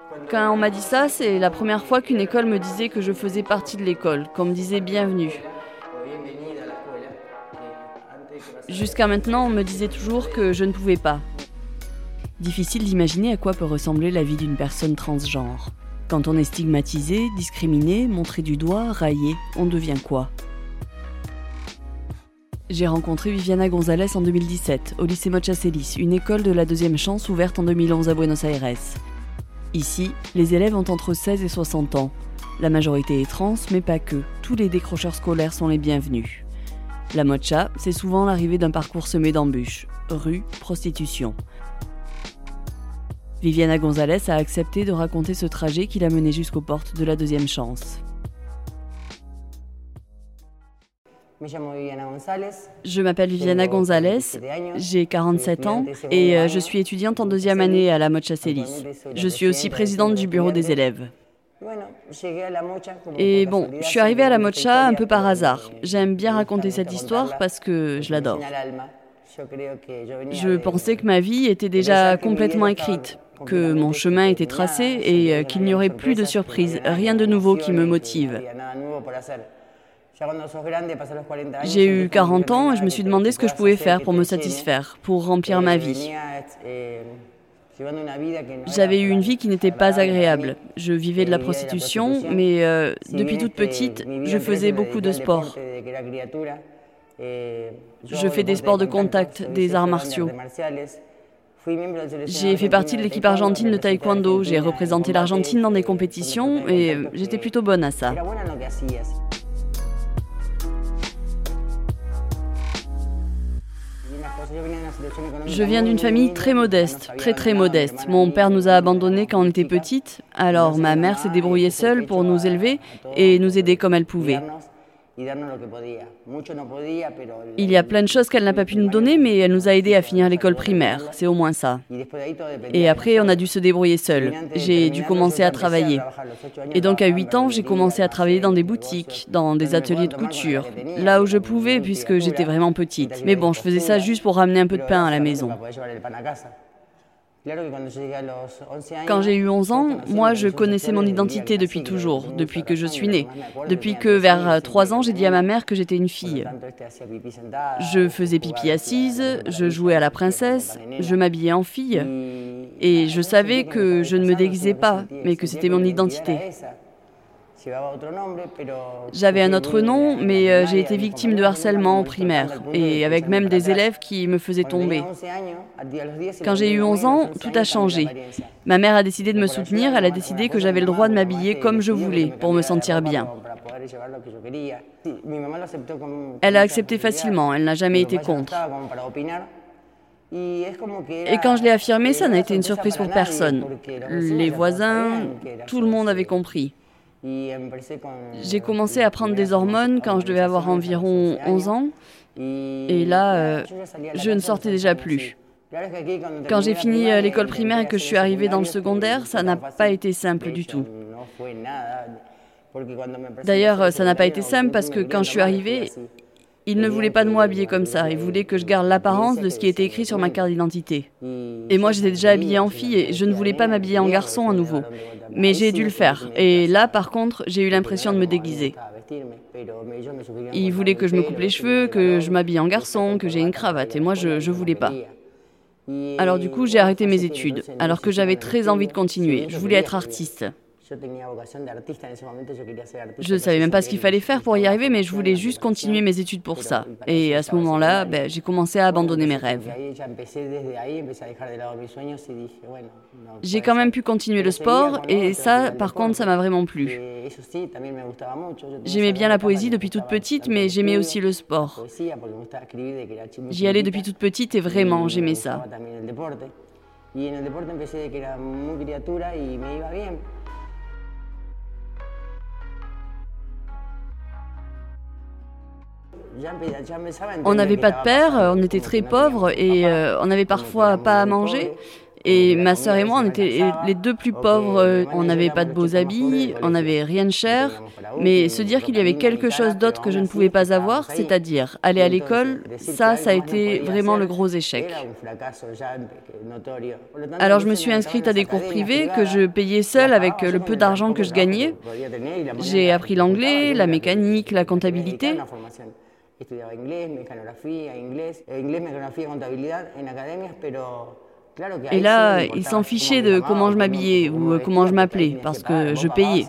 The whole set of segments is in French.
Quand on m'a dit ça, c'est la première fois qu'une école me disait que je faisais partie de l'école, qu'on me disait bienvenue. Jusqu'à maintenant, on me disait toujours que je ne pouvais pas. Difficile d'imaginer à quoi peut ressembler la vie d'une personne transgenre. Quand on est stigmatisé, discriminé, montré du doigt, raillé, on devient quoi ? J'ai rencontré Viviana González en 2017, au lycée Mochacelis, une école de la deuxième chance ouverte en 2011 à Buenos Aires. Ici, les élèves ont entre 16 et 60 ans. La majorité est trans, mais pas que. Tous les décrocheurs scolaires sont les bienvenus. La mocha, c'est souvent l'arrivée d'un parcours semé d'embûches. Rue, prostitution. Viviana González a accepté de raconter ce trajet qui l'a menée jusqu'aux portes de la deuxième chance. Je m'appelle Viviana González, j'ai 47 ans et je suis étudiante en deuxième année à la Mochacelis. Je suis aussi présidente du bureau des élèves. Et bon, je suis arrivée à la mocha un peu par hasard. J'aime bien raconter cette histoire parce que je l'adore. Je pensais que ma vie était déjà complètement écrite, que mon chemin était tracé et qu'il n'y aurait plus de surprises, rien de nouveau qui me motive. J'ai eu 40 ans et je me suis demandé ce que je pouvais faire pour me satisfaire, pour remplir ma vie. J'avais eu une vie qui n'était pas agréable. Je vivais de la prostitution, mais depuis toute petite, je faisais beaucoup de sport. Je fais des sports de contact, des arts martiaux. J'ai fait partie de l'équipe argentine de taekwondo, j'ai représenté l'Argentine dans des compétitions et j'étais plutôt bonne à ça. Je viens d'une famille très modeste, très modeste. Mon père nous a abandonnés quand on était petites, alors ma mère s'est débrouillée seule pour nous élever et nous aider comme elle pouvait. Il y a plein de choses qu'elle n'a pas pu nous donner, mais elle nous a aidés à finir l'école primaire, c'est au moins ça. Et après, on a dû se débrouiller seul. J'ai dû commencer à travailler. Et donc à 8 ans, j'ai commencé à travailler dans des boutiques, dans des ateliers de couture, là où je pouvais puisque j'étais vraiment petite. Mais bon, je faisais ça juste pour ramener un peu de pain à la maison. Quand j'ai eu 11 ans, moi je connaissais mon identité depuis toujours, depuis que je suis née. Depuis que vers 3 ans, j'ai dit à ma mère que j'étais une fille. Je faisais pipi assise, je jouais à la princesse, je m'habillais en fille. Et je savais que je ne me déguisais pas, mais que c'était mon identité. J'avais un autre nom, mais j'ai été victime de harcèlement en primaire, et avec même des élèves qui me faisaient tomber. Quand j'ai eu 11 ans, tout a changé. Ma mère a décidé de me soutenir, elle a décidé que j'avais le droit de m'habiller comme je voulais, pour me sentir bien. Elle a accepté facilement, elle n'a jamais été contre. Et quand je l'ai affirmé, ça n'a été une surprise pour personne. Les voisins, tout le monde avait compris. J'ai commencé à prendre des hormones quand je devais avoir environ 11 ans. Et là, je ne sortais déjà plus. Quand j'ai fini l'école primaire et que je suis arrivée dans le secondaire, ça n'a pas été simple du tout. D'ailleurs, ça n'a pas été simple parce que quand je suis arrivée, il ne voulait pas de moi habillée comme ça. Il voulait que je garde l'apparence de ce qui était écrit sur ma carte d'identité. Et moi, j'étais déjà habillée en fille et je ne voulais pas m'habiller en garçon à nouveau. Mais j'ai dû le faire. Et là, par contre, j'ai eu l'impression de me déguiser. Il voulait que je me coupe les cheveux, que je m'habille en garçon, que j'ai une cravate. Et moi, je voulais pas. Alors du coup, j'ai arrêté mes études, alors que j'avais très envie de continuer. Je voulais être artiste. Je ne savais même pas ce qu'il fallait faire pour y arriver, mais je voulais juste continuer mes études pour ça. Et à ce moment-là, j'ai commencé à abandonner mes rêves. J'ai quand même pu continuer le sport, et ça, par contre, ça m'a vraiment plu. J'aimais bien la poésie depuis toute petite, mais j'aimais aussi le sport. J'y allais depuis toute petite et vraiment, j'aimais ça. On n'avait pas de père, on était très pauvres et on n'avait parfois pas à manger. Et ma sœur et moi, on était les deux plus pauvres. On n'avait pas de beaux habits, on n'avait rien de cher. Mais se dire qu'il y avait quelque chose d'autre que je ne pouvais pas avoir, c'est-à-dire aller à l'école, ça a été vraiment le gros échec. Alors je me suis inscrite à des cours privés que je payais seule avec le peu d'argent que je gagnais. J'ai appris l'anglais, la mécanique, la comptabilité. Et là, ils s'en fichaient de comment je m'habillais ou comment je m'appelais, parce que je payais.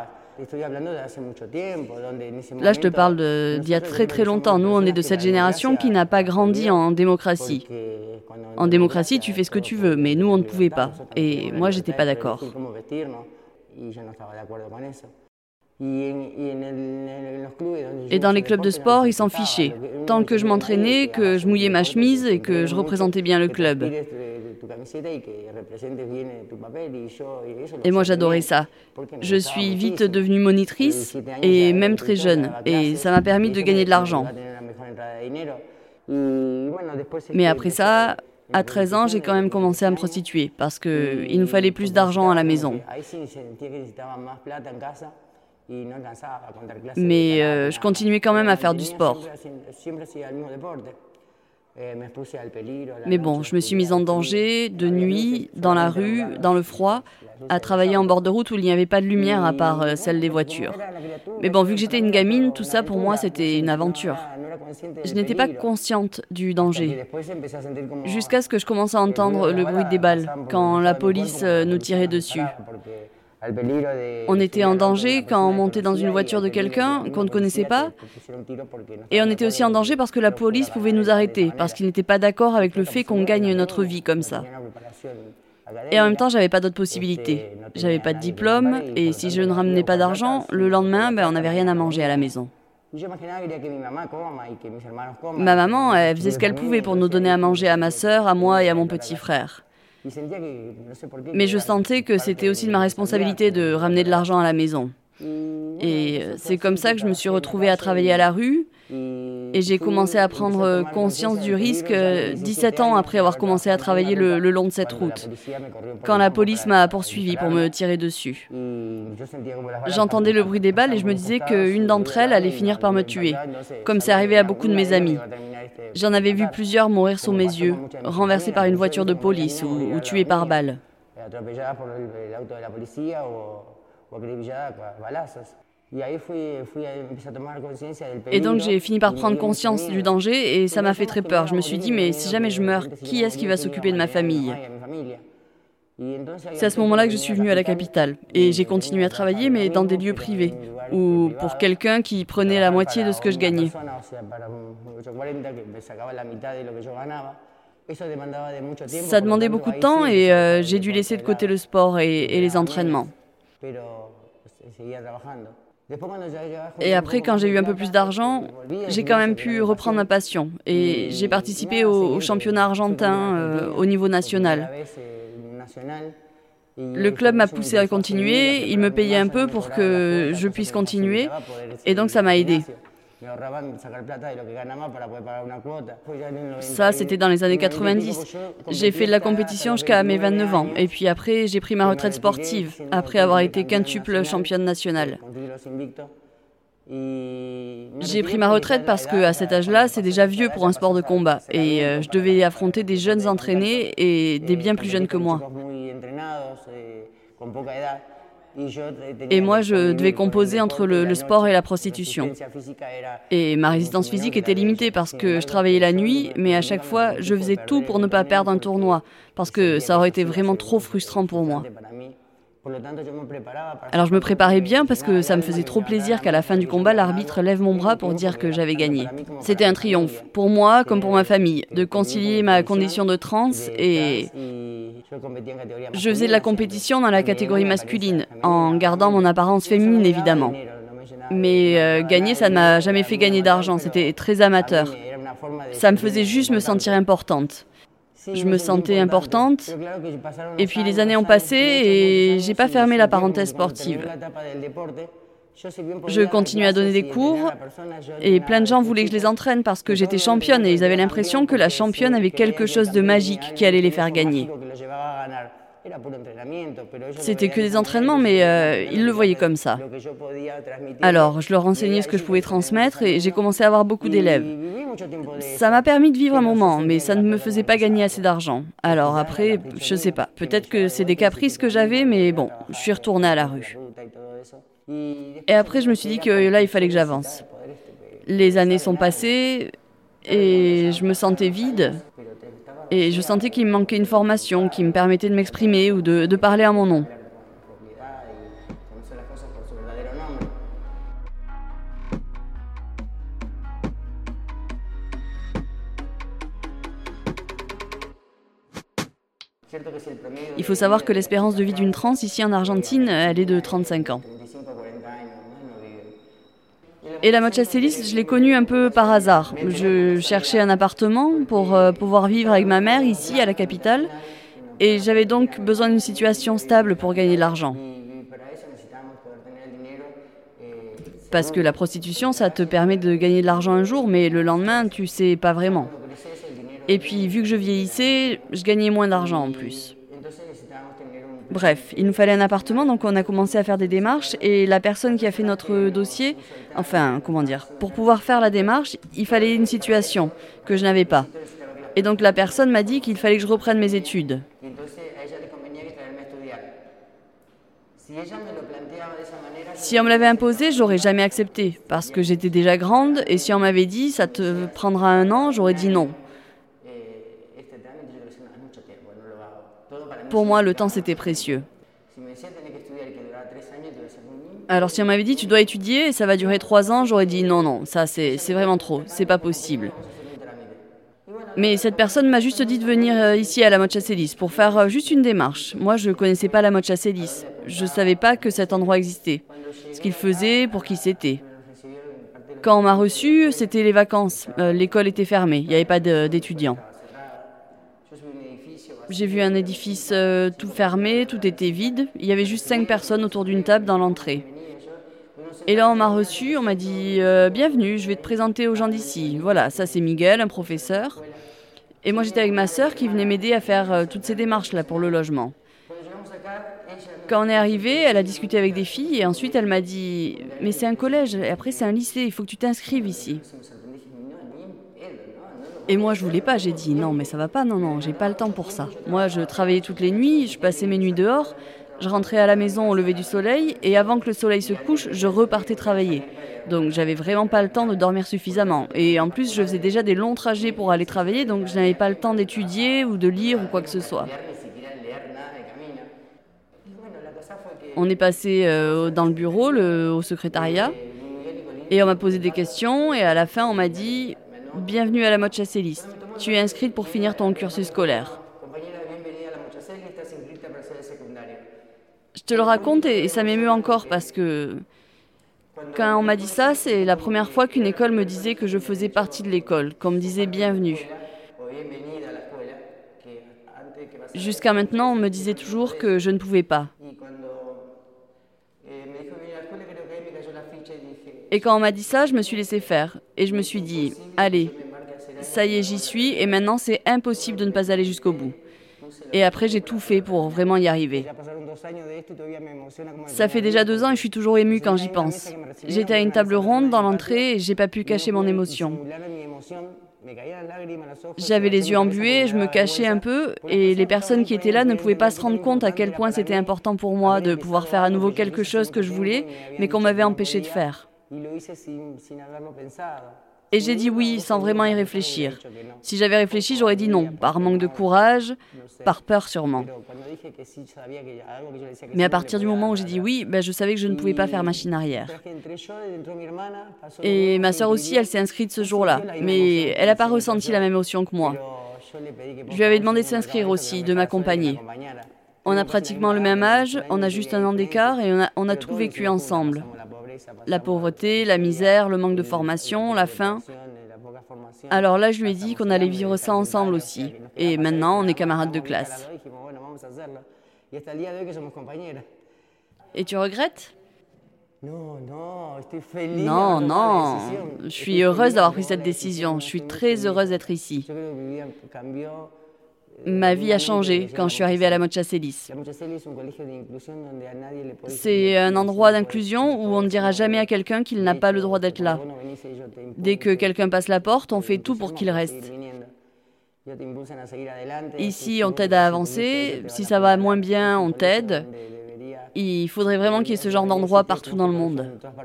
Là, je te parle d'il y a très très longtemps. Nous, on est de cette génération qui n'a pas grandi en démocratie. En démocratie, tu fais ce que tu veux, mais nous, on ne pouvait pas. Et moi, j'étais pas d'accord. Et dans les clubs de sport, ils s'en fichaient. Tant que je m'entraînais, que je mouillais ma chemise et que je représentais bien le club. Et moi, j'adorais ça. Je suis vite devenue monitrice, et même très jeune. Et ça m'a permis de gagner de l'argent. Mais après ça, à 13 ans, j'ai quand même commencé à me prostituer, parce qu'il nous fallait plus d'argent à la maison. Mais je continuais quand même à faire du sport. Mais bon, je me suis mise en danger, de nuit, dans la rue, dans le froid, à travailler en bord de route où il n'y avait pas de lumière à part celle des voitures. Mais bon, vu que j'étais une gamine, tout ça pour moi c'était une aventure. Je n'étais pas consciente du danger, jusqu'à ce que je commence à entendre le bruit des balles, quand la police nous tirait dessus. On était en danger quand on montait dans une voiture de quelqu'un qu'on ne connaissait pas. Et on était aussi en danger parce que la police pouvait nous arrêter, parce qu'ils n'étaient pas d'accord avec le fait qu'on gagne notre vie comme ça. Et en même temps, j'avais pas d'autre possibilité. J'avais pas de diplôme, et si je ne ramenais pas d'argent, le lendemain, on n'avait rien à manger à la maison. Ma maman, elle faisait ce qu'elle pouvait pour nous donner à manger à ma sœur, à moi et à mon petit frère. Mais je sentais que c'était aussi de ma responsabilité de ramener de l'argent à la maison. Et c'est comme ça que je me suis retrouvée à travailler à la rue. Et j'ai commencé à prendre conscience du risque 17 ans après avoir commencé à travailler le long de cette route, quand la police m'a poursuivi pour me tirer dessus. J'entendais le bruit des balles et je me disais qu'une d'entre elles allait finir par me tuer, comme c'est arrivé à beaucoup de mes amis. J'en avais vu plusieurs mourir sous mes yeux, renversés par une voiture de police ou tués par balle. Et donc j'ai fini par prendre conscience du danger et ça m'a fait très peur. Je me suis dit, mais si jamais je meurs, qui est-ce qui va s'occuper de ma famille ? C'est à ce moment-là que je suis venue à la capitale. Et j'ai continué à travailler, mais dans des lieux privés, ou pour quelqu'un qui prenait la moitié de ce que je gagnais. Ça demandait beaucoup de temps et j'ai dû laisser de côté le sport et les entraînements. Et après, quand j'ai eu un peu plus d'argent, j'ai quand même pu reprendre ma passion. Et j'ai participé au championnat argentin au niveau national. Le club m'a poussé à continuer, il me payait un peu pour que je puisse continuer, et donc ça m'a aidé. Ça, c'était dans les années 90. J'ai fait de la compétition jusqu'à mes 29 ans. Et puis après, j'ai pris ma retraite sportive, après avoir été quintuple championne nationale. J'ai pris ma retraite parce qu'à cet âge-là, c'est déjà vieux pour un sport de combat. Et je devais affronter des jeunes entraînés et des bien plus jeunes que moi. Et moi, je devais composer entre le sport et la prostitution. Et ma résistance physique était limitée parce que je travaillais la nuit, mais à chaque fois, je faisais tout pour ne pas perdre un tournoi, parce que ça aurait été vraiment trop frustrant pour moi. Alors je me préparais bien parce que ça me faisait trop plaisir qu'à la fin du combat, l'arbitre lève mon bras pour dire que j'avais gagné. C'était un triomphe, pour moi comme pour ma famille, de concilier ma condition de trans et... Je faisais de la compétition dans la catégorie masculine, en gardant mon apparence féminine évidemment. Mais gagner, ça ne m'a jamais fait gagner d'argent, c'était très amateur. Ça me faisait juste me sentir importante. Je me sentais importante, et puis les années ont passé et j'ai pas fermé la parenthèse sportive. Je continuais à donner des cours et plein de gens voulaient que je les entraîne parce que j'étais championne et ils avaient l'impression que la championne avait quelque chose de magique qui allait les faire gagner. C'était que des entraînements, mais ils le voyaient comme ça. Alors, je leur enseignais ce que je pouvais transmettre et j'ai commencé à avoir beaucoup d'élèves. Ça m'a permis de vivre un moment, mais ça ne me faisait pas gagner assez d'argent. Alors après, je sais pas, peut-être que c'est des caprices que j'avais, mais bon, je suis retournée à la rue. Et après, je me suis dit que là, il fallait que j'avance. Les années sont passées et je me sentais vide. Et je sentais qu'il me manquait une formation qui me permettait de m'exprimer ou de parler à mon nom. Il faut savoir que l'espérance de vie d'une trans ici en Argentine, elle est de 35 ans. Et la Mocha Celis, je l'ai connue un peu par hasard. Je cherchais un appartement pour pouvoir vivre avec ma mère ici à la capitale. Et j'avais donc besoin d'une situation stable pour gagner de l'argent. Parce que la prostitution, ça te permet de gagner de l'argent un jour, mais le lendemain, tu sais pas vraiment. Et puis, vu que je vieillissais, je gagnais moins d'argent en plus. Bref, il nous fallait un appartement, donc on a commencé à faire des démarches. Et la personne qui a fait notre dossier, pour pouvoir faire la démarche, il fallait une situation que je n'avais pas. Et donc la personne m'a dit qu'il fallait que je reprenne mes études. Si on me l'avait imposé, j'aurais jamais accepté, parce que j'étais déjà grande, et si on m'avait dit « ça te prendra 1 an », j'aurais dit non. Pour moi, le temps, c'était précieux. Alors si on m'avait dit « tu dois étudier et ça va durer 3 ans », j'aurais dit « non, ça c'est vraiment trop, c'est pas possible ». Mais cette personne m'a juste dit de venir ici à la Mocha Celis pour faire juste une démarche. Moi, je connaissais pas la Mocha Celis. Je savais pas que cet endroit existait. Ce qu'il faisait, pour qui c'était. Quand on m'a reçu, c'était les vacances. L'école était fermée. Il n'y avait pas d'étudiants. J'ai vu un édifice tout fermé, tout était vide. Il y avait juste 5 personnes autour d'une table dans l'entrée. Et là, on m'a reçu, on m'a dit « Bienvenue, je vais te présenter aux gens d'ici. Voilà, ça c'est Miguel, un professeur. » Et moi, j'étais avec ma sœur qui venait m'aider à faire toutes ces démarches-là pour le logement. Quand on est arrivé, elle a discuté avec des filles et ensuite elle m'a dit « Mais c'est un collège, et après c'est un lycée, il faut que tu t'inscrives ici. » Et moi, je voulais pas, j'ai dit « Non, mais ça va pas, non, j'ai pas le temps pour ça. » Moi, je travaillais toutes les nuits, je passais mes nuits dehors. Je rentrais à la maison au lever du soleil et avant que le soleil se couche, je repartais travailler. Donc j'avais vraiment pas le temps de dormir suffisamment. Et en plus, je faisais déjà des longs trajets pour aller travailler, donc je n'avais pas le temps d'étudier ou de lire ou quoi que ce soit. On est passé dans le bureau, au secrétariat, et on m'a posé des questions et à la fin, on m'a dit « Bienvenue à la Mocha Celis. Tu es inscrite pour finir ton cursus scolaire. » Je te le raconte et ça m'émeut encore parce que quand on m'a dit ça, c'est la première fois qu'une école me disait que je faisais partie de l'école, qu'on me disait bienvenue. Jusqu'à maintenant, on me disait toujours que je ne pouvais pas. Et quand on m'a dit ça, je me suis laissée faire et je me suis dit « Allez, ça y est, j'y suis et maintenant c'est impossible de ne pas aller jusqu'au bout. » Et après, j'ai tout fait pour vraiment y arriver. Ça fait déjà 2 ans et je suis toujours émue quand j'y pense. J'étais à une table ronde dans l'entrée et j'ai pas pu cacher mon émotion. J'avais les yeux embués, je me cachais un peu et les personnes qui étaient là ne pouvaient pas se rendre compte à quel point c'était important pour moi de pouvoir faire à nouveau quelque chose que je voulais, mais qu'on m'avait empêché de faire. Et j'ai dit oui sans vraiment y réfléchir. Si j'avais réfléchi, j'aurais dit non, par manque de courage, par peur sûrement. Mais à partir du moment où j'ai dit oui, je savais que je ne pouvais pas faire machine arrière. Et ma sœur aussi, elle s'est inscrite ce jour-là, mais elle n'a pas ressenti la même émotion que moi. Je lui avais demandé de s'inscrire aussi, de m'accompagner. On a pratiquement le même âge, on a juste 1 an d'écart et on a tout vécu ensemble. La pauvreté, la misère, le manque de formation, la faim. Alors là, je lui ai dit qu'on allait vivre ça ensemble aussi. Et maintenant, on est camarades de classe. Et tu regrettes ? Non, non, je suis heureuse d'avoir pris cette décision. Je suis très heureuse d'être ici. Ma vie a changé quand je suis arrivée à la Mocha-Celis. C'est un endroit d'inclusion où on ne dira jamais à quelqu'un qu'il n'a pas le droit d'être là. Dès que quelqu'un passe la porte, on fait tout pour qu'il reste. Ici, on t'aide à avancer. Si ça va moins bien, on t'aide. Il faudrait vraiment qu'il y ait ce genre d'endroit partout dans le monde.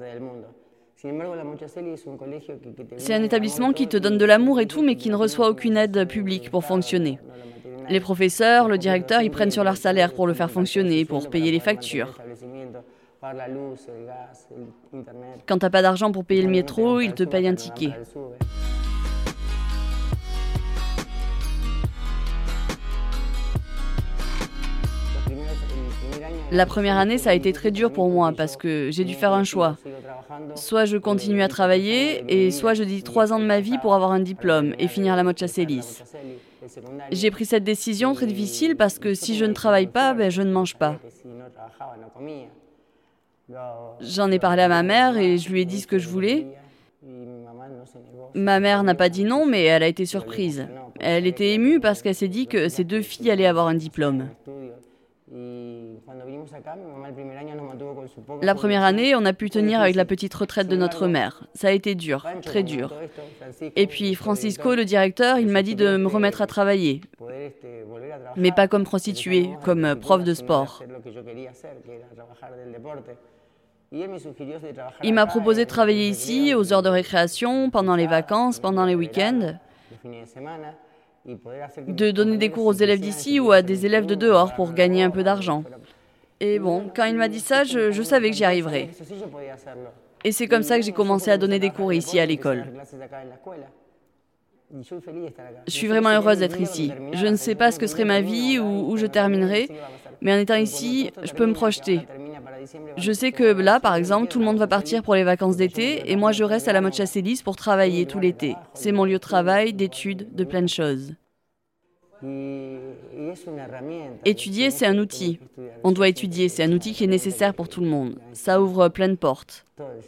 C'est un établissement qui te donne de l'amour et tout, mais qui ne reçoit aucune aide publique pour fonctionner. Les professeurs, le directeur, ils prennent sur leur salaire pour le faire fonctionner, pour payer les factures. Quand t'as pas d'argent pour payer le métro, ils te payent un ticket. La première année, ça a été très dur pour moi parce que j'ai dû faire un choix. Soit je continue à travailler, et soit je dis 3 ans de ma vie pour avoir un diplôme et finir la Mocha-Celis. J'ai pris cette décision très difficile parce que si je ne travaille pas, je ne mange pas. J'en ai parlé à ma mère et je lui ai dit ce que je voulais. Ma mère n'a pas dit non, mais elle a été surprise. Elle était émue parce qu'elle s'est dit que ses 2 filles allaient avoir un diplôme. La première année, on a pu tenir avec la petite retraite de notre mère. Ça a été dur, très dur. Et puis Francisco, le directeur, il m'a dit de me remettre à travailler. Mais pas comme prostituée, comme prof de sport. Il m'a proposé de travailler ici, aux heures de récréation, pendant les vacances, pendant les week-ends. De donner des cours aux élèves d'ici ou à des élèves de dehors pour gagner un peu d'argent. Et bon, quand il m'a dit ça, je savais que j'y arriverais. Et c'est comme ça que j'ai commencé à donner des cours ici à l'école. Je suis vraiment heureuse d'être ici. Je ne sais pas ce que serait ma vie ou où je terminerai, mais en étant ici, je peux me projeter. Je sais que là, par exemple, tout le monde va partir pour les vacances d'été et moi je reste à la Mocha-Celis pour travailler tout l'été. C'est mon lieu de travail, d'études, de plein de choses. Étudier, c'est un outil. On doit étudier, c'est un outil qui est nécessaire pour tout le monde. Ça ouvre plein de portes.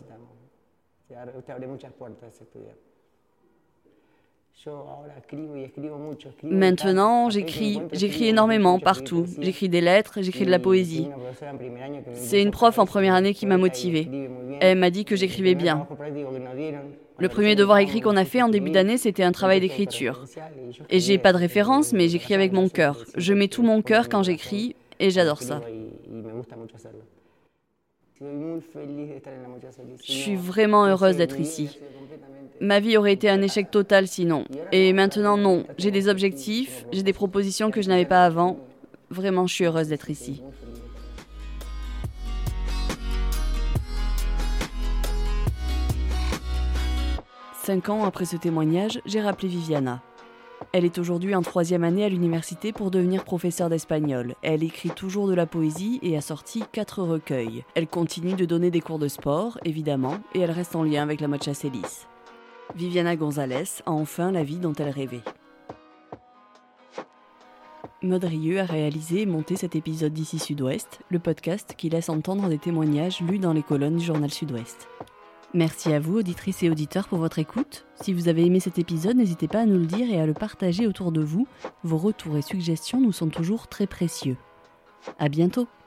Maintenant, j'écris énormément, partout. J'écris des lettres, j'écris de la poésie. C'est une prof en première année qui m'a motivée. Elle m'a dit que j'écrivais bien. Le premier devoir écrit qu'on a fait en début d'année, c'était un travail d'écriture. Et j'ai pas de référence, mais j'écris avec mon cœur. Je mets tout mon cœur quand j'écris, et j'adore ça. Je suis vraiment heureuse d'être ici. Ma vie aurait été un échec total sinon. Et maintenant, non. J'ai des objectifs, j'ai des propositions que je n'avais pas avant. Vraiment, je suis heureuse d'être ici. Cinq ans après ce témoignage, j'ai rappelé Viviana. Elle est aujourd'hui en 3e année à l'université pour devenir professeure d'espagnol. Elle écrit toujours de la poésie et a sorti 4 recueils. Elle continue de donner des cours de sport, évidemment, et elle reste en lien avec la Mocha-Celis. Viviana González a enfin la vie dont elle rêvait. Maud Rieu a réalisé et monté cet épisode d'Ici Sud-Ouest, le podcast qui laisse entendre des témoignages lus dans les colonnes du journal Sud-Ouest. Merci à vous, auditrices et auditeurs, pour votre écoute. Si vous avez aimé cet épisode, n'hésitez pas à nous le dire et à le partager autour de vous. Vos retours et suggestions nous sont toujours très précieux. À bientôt!